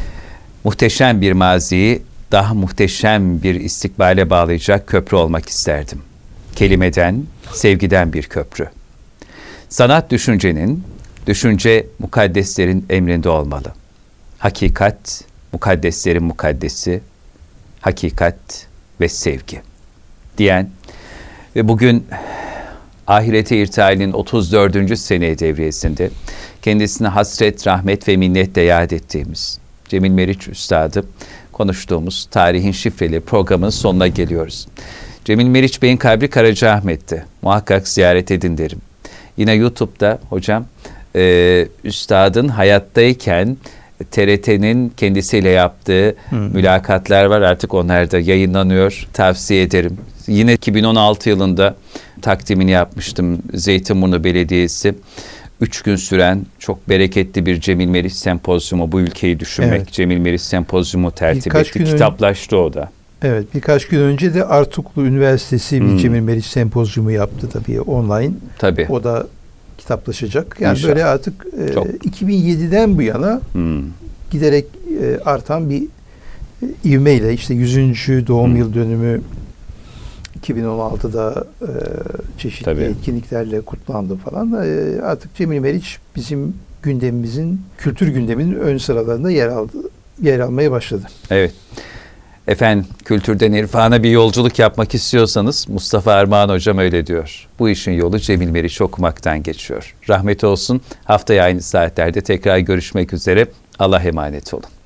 Muhteşem bir maziyi daha muhteşem bir istikbale bağlayacak köprü olmak isterdim. Kelimeden, sevgiden bir köprü. Sanat düşüncenin, düşünce mukaddeslerin emrinde olmalı. Hakikat, mukaddeslerin mukaddesi, hakikat ve sevgi diyen ve bugün ahirete irtihalinin 34. sene devriyesinde kendisine hasret, rahmet ve minnetle yad ettiğimiz Cemil Meriç Üstad'ı konuştuğumuz Tarihin Şifreleri programının sonuna geliyoruz. Cemil Meriç Bey'in kabri Karacaahmet'te. Muhakkak ziyaret edin derim. Yine YouTube'da hocam Üstad'ın hayattayken TRT'nin kendisiyle yaptığı mülakatlar var. Artık onlar da yayınlanıyor. Tavsiye ederim. Yine 2016 yılında takdimini yapmıştım. Zeytinburnu Belediyesi 3 gün süren çok bereketli bir Cemil Meriç Sempozyumu, bu ülkeyi düşünmek. Evet. Cemil Meriç Sempozyumu tertip etti. Kitaplaştı o da. Evet, birkaç gün önce de Artuklu Üniversitesi bir Cemil Meriç Sempozyumu yaptı tabii online. Tabii. O da kitaplaşacak. Yani İnşallah. böyle artık 2007'den bu yana giderek artan bir ivmeyle işte 100. doğum yıl dönümü 2016'da çeşitli Tabii. etkinliklerle kutlandı falan. Artık Cemil Meriç bizim gündemimizin, kültür gündeminin ön sıralarında yer almaya başladı. Evet. Efendim, kültürden irfana bir yolculuk yapmak istiyorsanız Mustafa Armağan Hocam öyle diyor. Bu işin yolu Cemil Meriç okumaktan geçiyor. Rahmet olsun. Haftaya aynı saatlerde tekrar görüşmek üzere. Allah'a emanet olun.